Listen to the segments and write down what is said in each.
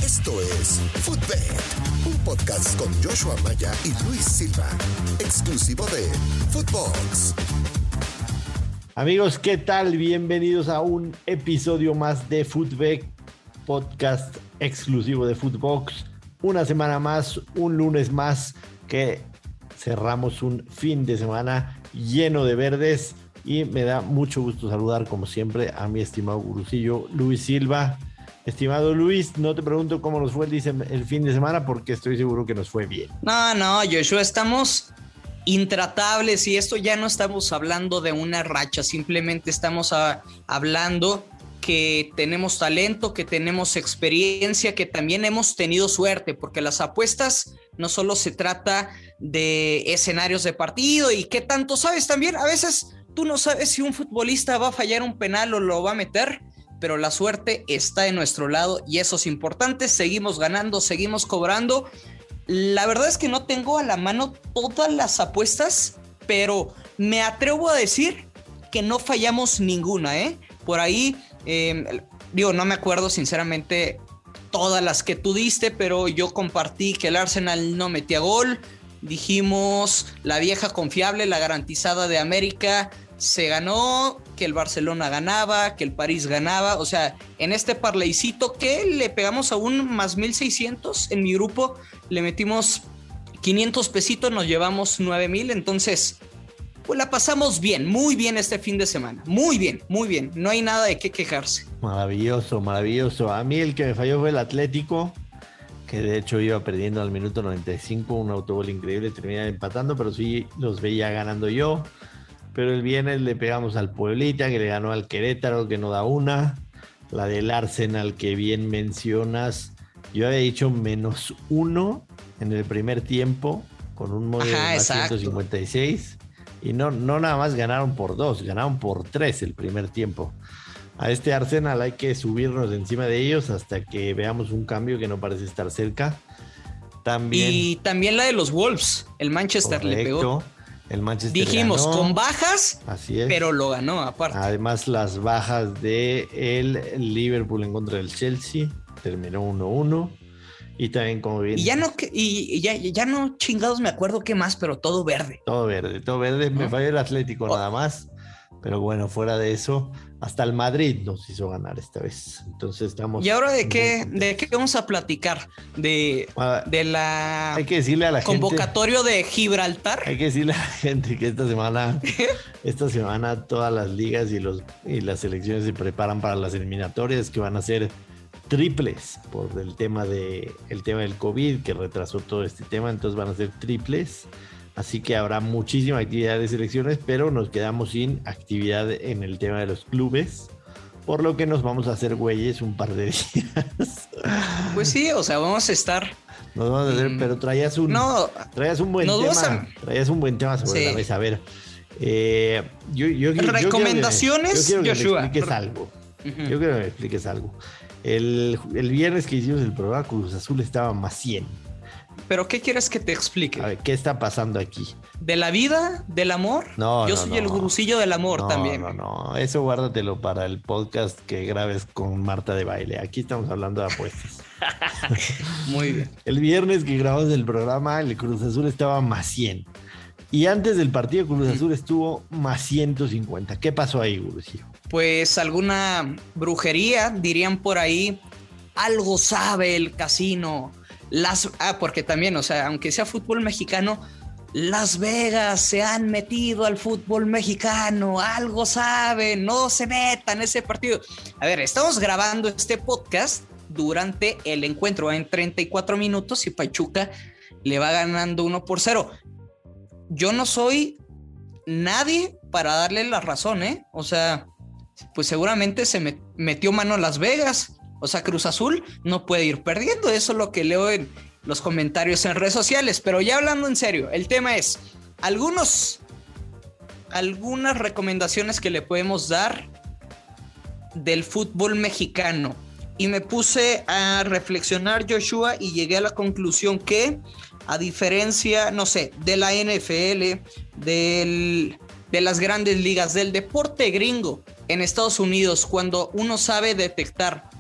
Esto es Footbet, un podcast con Joshua Maya y Luis Silva, exclusivo de Footbox. Amigos, ¿qué tal? Bienvenidos a un episodio más de Footbet, podcast exclusivo de Footbox. Una semana más, un lunes más que cerramos un fin de semana lleno de verdes y me da mucho gusto saludar como siempre a mi estimado gurusillo Luis Silva. Estimado Luis, no te pregunto cómo nos fue el fin de semana porque estoy seguro que nos fue bien. No, Joshua, estamos intratables y esto ya no estamos hablando de una racha, simplemente estamos hablando que tenemos talento, que tenemos experiencia, que también hemos tenido suerte, porque las apuestas no solo se trata de escenarios de partido y qué tanto sabes también. A veces tú no sabes si un futbolista va a fallar un penal o lo va a meter, pero la suerte está de nuestro lado y eso es importante. Seguimos ganando, seguimos cobrando. La verdad es que no tengo a la mano todas las apuestas, pero me atrevo a decir que no fallamos ninguna, Por ahí, no me acuerdo sinceramente todas las que tú diste, pero yo compartí que el Arsenal no metía gol. Dijimos la vieja confiable, la garantizada de América se ganó, que el Barcelona ganaba, que el París ganaba. O sea, en este parlaycito que le pegamos a un más 1,600 en mi grupo, le metimos 500 pesitos, nos llevamos 9,000. Entonces, pues la pasamos bien, muy bien este fin de semana. Muy bien, no hay nada de qué quejarse. Maravilloso. A mí el que me falló fue el Atlético, que de hecho iba perdiendo al minuto 95, un autogol increíble, terminaba empatando, pero sí los veía ganando yo. Pero el viernes le pegamos al Pueblita, que le ganó al Querétaro, que no da una. La del Arsenal, que bien mencionas. Yo había dicho -1 en el primer tiempo, con un móvil de más 156. Y no nada más ganaron por 2, ganaron por 3 el primer tiempo. A este Arsenal hay que subirnos encima de ellos hasta que veamos un cambio que no parece estar cerca. Y también la de los Wolves, el Manchester. Correcto. Le pegó. El Manchester dijimos ganó, con bajas, así es, pero lo ganó aparte. Además las bajas de el Liverpool en contra del Chelsea, terminó 1-1. Y también como bien... Y ya no chingados me acuerdo qué más, pero todo verde. Todo verde. Me falló el Atlético nada más. Pero bueno, fuera de eso, hasta el Madrid nos hizo ganar esta vez. Entonces estamos... ¿Y ahora de qué vamos a platicar? ¿De la hay que decirle a la convocatorio gente, de Gibraltar? Hay que decirle a la gente que esta semana todas las ligas y las selecciones se preparan para las eliminatorias que van a ser triples por el tema del COVID que retrasó todo este tema. Entonces van a ser triples. Así que habrá muchísima actividad de selecciones, pero nos quedamos sin actividad en el tema de los clubes, por lo que nos vamos a hacer güeyes un par de días. Pues sí, o sea, vamos a estar... Nos vamos a hacer, pero traías un buen tema. Traías un buen tema sobre la mesa. A ver, recomendaciones, yo quiero que Joshua. me expliques algo. Yo quiero que me expliques algo. El viernes que hicimos el programa, Cruz Azul estaba más 100. ¿Pero qué quieres que te explique? A ver, ¿qué está pasando aquí? ¿De la vida? ¿Del amor? Yo soy el gurusillo del amor también. No, eso guárdatelo para el podcast que grabes con Marta de Baile. Aquí estamos hablando de apuestas. Muy bien. El viernes que grabamos el programa, el Cruz Azul estaba más 100. Y antes del partido, Cruz Azul estuvo más 150. ¿Qué pasó ahí, gurusillo? Pues alguna brujería, dirían por ahí. Algo sabe el casino. Porque también, o sea, aunque sea fútbol mexicano, Las Vegas se han metido al fútbol mexicano, algo saben, no se metan ese partido. A ver, estamos grabando este podcast durante el encuentro en 34 minutos y Pachuca le va ganando 1-0. Yo no soy nadie para darle la razón, O sea, pues seguramente se metió mano a Las Vegas. O sea, Cruz Azul no puede ir perdiendo. Eso es lo que leo en los comentarios en redes sociales. Pero ya hablando en serio, el tema es algunas recomendaciones que le podemos dar del fútbol mexicano. Y me puse a reflexionar, Joshua, y llegué a la conclusión que, a diferencia, no sé, de la NFL, de las grandes ligas, del deporte gringo en Estados Unidos, cuando uno sabe detectar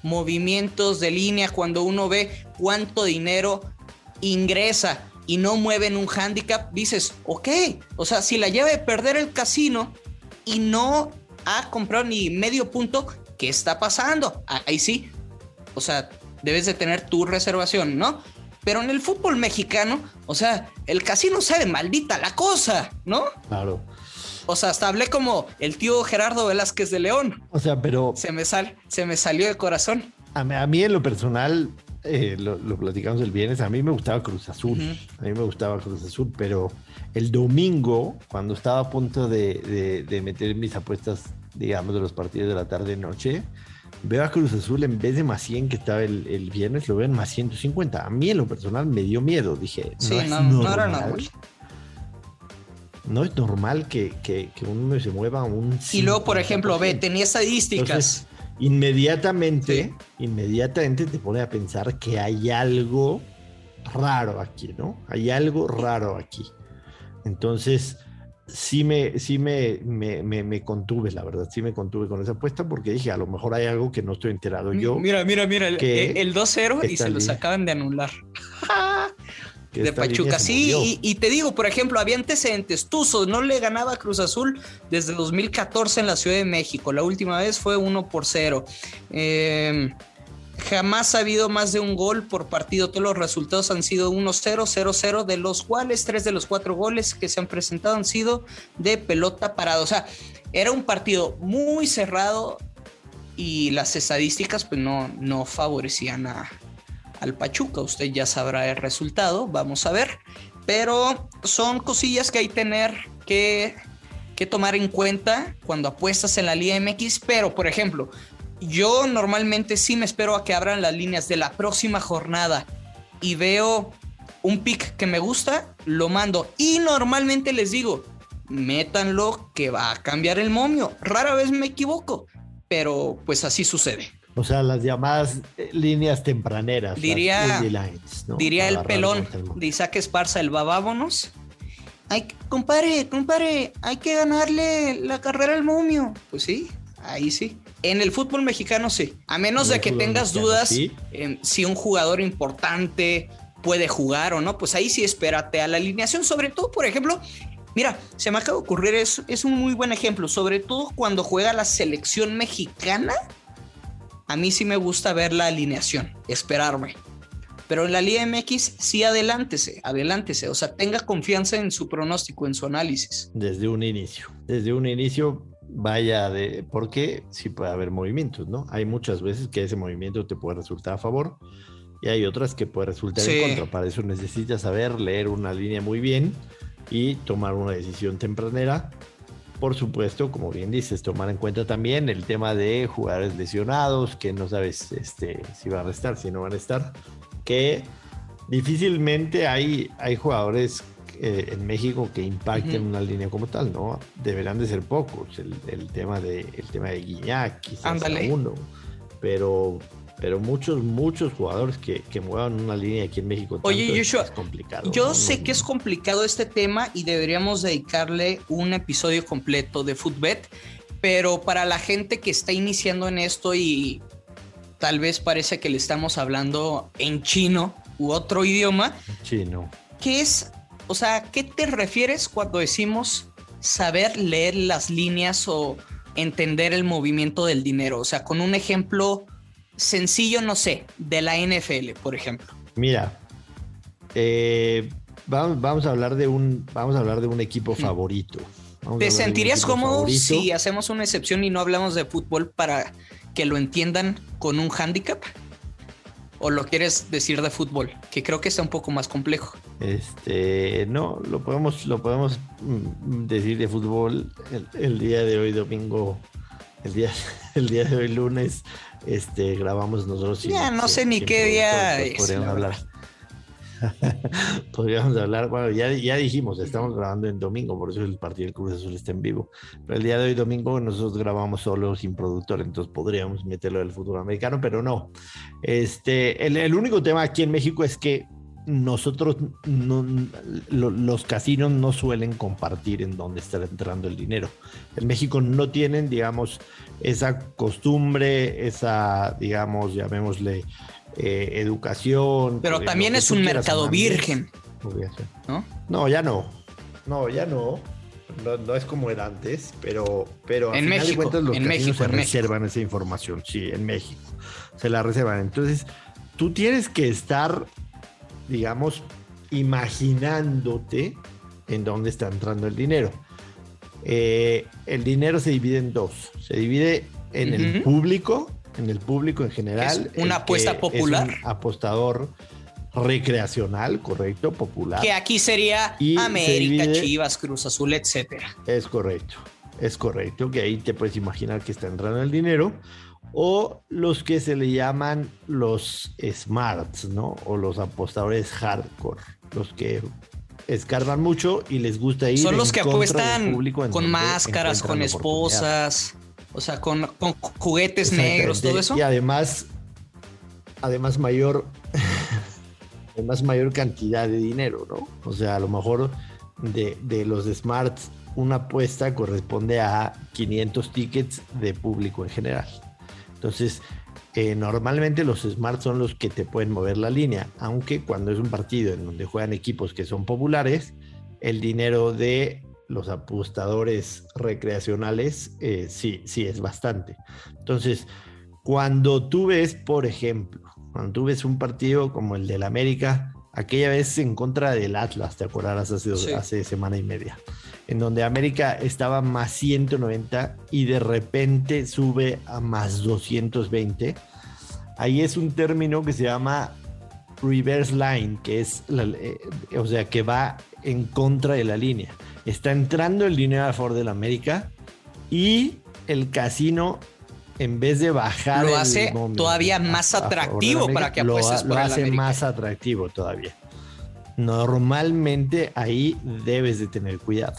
movimientos de línea, cuando uno ve cuánto dinero ingresa y no mueven un handicap, dices, ok, o sea, si la lleva de perder el casino y no ha comprado ni medio punto, ¿qué está pasando? Ahí sí, o sea, debes de tener tu reservación, ¿no? Pero en el fútbol mexicano, o sea, el casino sabe maldita la cosa, ¿no? Claro. O sea, hasta hablé como el tío Gerardo Velázquez de León. O sea, pero... Se me salió de corazón. A mí en lo personal, lo platicamos el viernes, a mí me gustaba Cruz Azul. A mí me gustaba Cruz Azul, pero el domingo, cuando estaba a punto de meter mis apuestas, digamos, de los partidos de la tarde-noche, veo a Cruz Azul en vez de más 100 que estaba el viernes, lo veo en más 150. A mí en lo personal me dio miedo. Dije, no era normal. No es normal que uno se mueva un 50%. Y luego, por ejemplo, tenía estadísticas. Entonces, inmediatamente te pone a pensar que hay algo raro aquí, ¿no? Hay algo raro aquí. Entonces, sí me contuve, la verdad. Sí me contuve con esa apuesta porque dije, a lo mejor hay algo que no estoy enterado yo. Mira, el 2-0 y se los acaban de anular. De Pachuca, sí, y te digo, por ejemplo, había antecedentes. Tuzos no le ganaba a Cruz Azul desde 2014 en la Ciudad de México. La última vez fue 1-0. Jamás ha habido más de un gol por partido. Todos los resultados han sido 1-0, 0-0, de los cuales 3 de los 4 goles que se han presentado han sido de pelota parada. O sea, era un partido muy cerrado y las estadísticas pues no favorecían al Pachuca. Usted ya sabrá el resultado, vamos a ver, pero son cosillas que hay que tomar en cuenta cuando apuestas en la Liga MX. Pero por ejemplo, yo normalmente sí me espero a que abran las líneas de la próxima jornada y veo un pick que me gusta, lo mando y normalmente les digo, métanlo que va a cambiar el momio. Rara vez me equivoco, pero pues así sucede. O sea, las llamadas líneas tempraneras. Diría el pelón el de Isaac Esparza, el babámonos. Compadre, hay que ganarle la carrera al momio. Pues sí, ahí sí. En el fútbol mexicano sí. A menos de que tengas dudas ¿sí? Si un jugador importante puede jugar o no, pues ahí sí espérate a la alineación. Sobre todo, por ejemplo, mira, se me acaba de ocurrir, es un muy buen ejemplo. Sobre todo cuando juega la selección mexicana. A mí sí me gusta ver la alineación, esperarme. Pero en la Liga MX sí adelántese. O sea, tenga confianza en su pronóstico, en su análisis. Desde un inicio vaya porque sí puede haber movimientos, ¿no? Hay muchas veces que ese movimiento te puede resultar a favor y hay otras que puede resultar en contra. Para eso necesitas saber leer una línea muy bien y tomar una decisión tempranera. Por supuesto, como bien dices, tomar en cuenta también el tema de jugadores lesionados, que no sabes si van a estar, si no van a estar, que difícilmente hay jugadores en México que impacten una línea como tal, ¿no? Deberán de ser pocos. El tema de Guiñac, quizás uno, pero muchos jugadores que muevan una línea aquí en México. Oye, Joshua, es complicado. Yo sé que es complicado este tema y deberíamos dedicarle un episodio completo de Footbet, pero para la gente que está iniciando en esto y tal vez parece que le estamos hablando en chino u otro idioma. Chino. ¿Qué te refieres cuando decimos saber leer las líneas o entender el movimiento del dinero? O sea, con un ejemplo sencillo, no sé, de la NFL, por ejemplo. Mira, vamos a hablar de un equipo favorito. ¿Te sentirías cómodo si hacemos una excepción y no hablamos de fútbol para que lo entiendan con un handicap? ¿O lo quieres decir de fútbol? Que creo que está un poco más complejo. No, lo podemos decir de fútbol el día de hoy, domingo, el día de hoy, lunes. Grabamos nosotros. Ya no sé ni qué día es. Podríamos hablar. Podríamos hablar. Bueno, ya dijimos, estamos grabando en domingo, por eso el partido del Cruz Azul está en vivo. Pero el día de hoy, domingo, nosotros grabamos solo sin productor, entonces podríamos meterlo del fútbol americano, pero no. El único tema aquí en México es que nosotros los casinos no suelen compartir en dónde está entrando el dinero. En México no tienen, digamos, esa costumbre, esa, digamos, llamémosle educación. Pero también es un mercado virgen, ¿no? No, ya no. No es como era antes, pero a en final México, de cuentas los casinos México, se reservan esa información. Sí, en México se la reservan. Entonces, tú tienes que estar, digamos, imaginándote en dónde está entrando el dinero. El dinero se divide en dos. Se divide en el público en general. Es una apuesta popular. Es un apostador recreacional, correcto, popular. Que aquí sería y América, Chivas, Cruz Azul, etcétera. Es correcto, que ahí te puedes imaginar que está entrando el dinero. O los que se le llaman los smarts, ¿no? O los apostadores hardcore, los que escarban mucho y les gusta ir. Son los que apuestan con máscaras, con esposas, o sea, con juguetes negros, todo eso. Y además mayor cantidad de dinero, ¿no? O sea, a lo mejor de los smarts, una apuesta corresponde a 500 tickets de público en general. Entonces, normalmente los smarts son los que te pueden mover la línea, aunque cuando es un partido en donde juegan equipos que son populares, el dinero de los apostadores recreacionales sí es bastante. Entonces, cuando tú ves, por ejemplo, un partido como el del América, aquella vez en contra del Atlas, te acordarás, hace semana y media, en donde América estaba más 190 y de repente sube a más 220. Ahí es un término que se llama reverse line, que es, o sea, que va en contra de la línea. Está entrando el dinero a favor del América y el casino, en vez de bajar, lo hace todavía más atractivo para que apuestes por el América. Lo hace más atractivo todavía. Normalmente ahí debes de tener cuidado.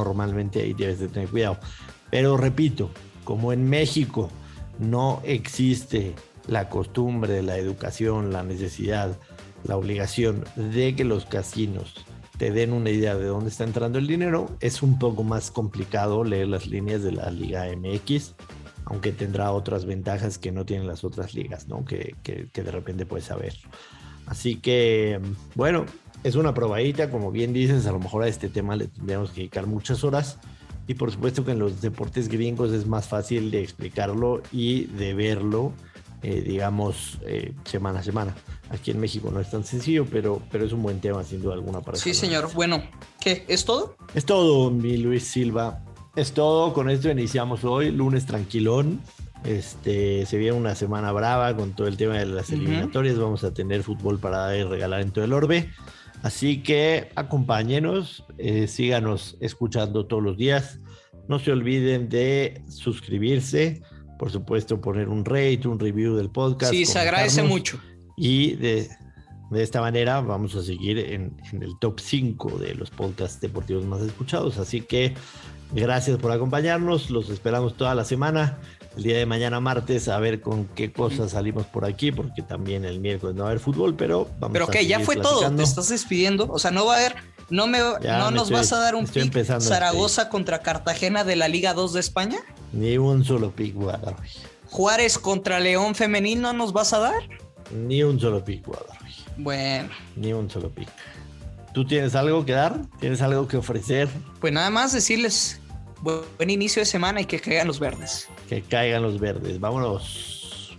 Pero repito, como en México no existe la costumbre, la educación, la necesidad, la obligación de que los casinos te den una idea de dónde está entrando el dinero, es un poco más complicado leer las líneas de la Liga MX, aunque tendrá otras ventajas que no tienen las otras ligas, ¿no? Que de repente puedes saber. Así que, bueno, es una probadita, como bien dices, a lo mejor a este tema le tendríamos que dedicar muchas horas, y por supuesto que en los deportes gringos es más fácil de explicarlo y de verlo, digamos, semana a semana. Aquí en México no es tan sencillo, pero es un buen tema, sin duda alguna. Para sí, señor. Bueno, ¿qué? ¿Es todo? Es todo, mi Luis Silva. Es todo. Con esto iniciamos hoy, lunes tranquilón. Se viene una semana brava con todo el tema de las eliminatorias. Vamos a tener fútbol para dar y regalar en todo el orbe. Así que acompáñenos, síganos escuchando todos los días. No se olviden de suscribirse, por supuesto poner un rate, un review del podcast. Sí, se agradece mucho. Y de esta manera vamos a seguir en el top 5 de los podcasts deportivos más escuchados. Así que gracias por acompañarnos, los esperamos toda la semana. El día de mañana martes a ver con qué cosas salimos por aquí, porque también el miércoles no va a haber fútbol, pero vamos ¿pero a qué? ¿Ya fue platicando. Todo? ¿Te estás despidiendo? O sea, no va a haber, no nos vas a dar un pick Zaragoza contra Cartagena de la Liga 2 de España? Ni un solo pick voy a dar hoy. ¿Juárez contra León femenino nos vas a dar? Ni un solo pick voy a dar hoy. Bueno. Ni un solo pick. ¿Tú tienes algo que dar? ¿Tienes algo que ofrecer? Pues nada más decirles buen inicio de semana y que caigan los verdes. Que caigan los verdes. Vámonos.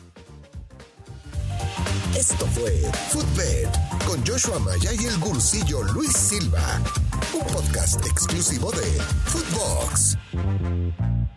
Esto fue Footbet con Joshua Maya y el Gursillo Luis Silva. Un podcast exclusivo de Footbox.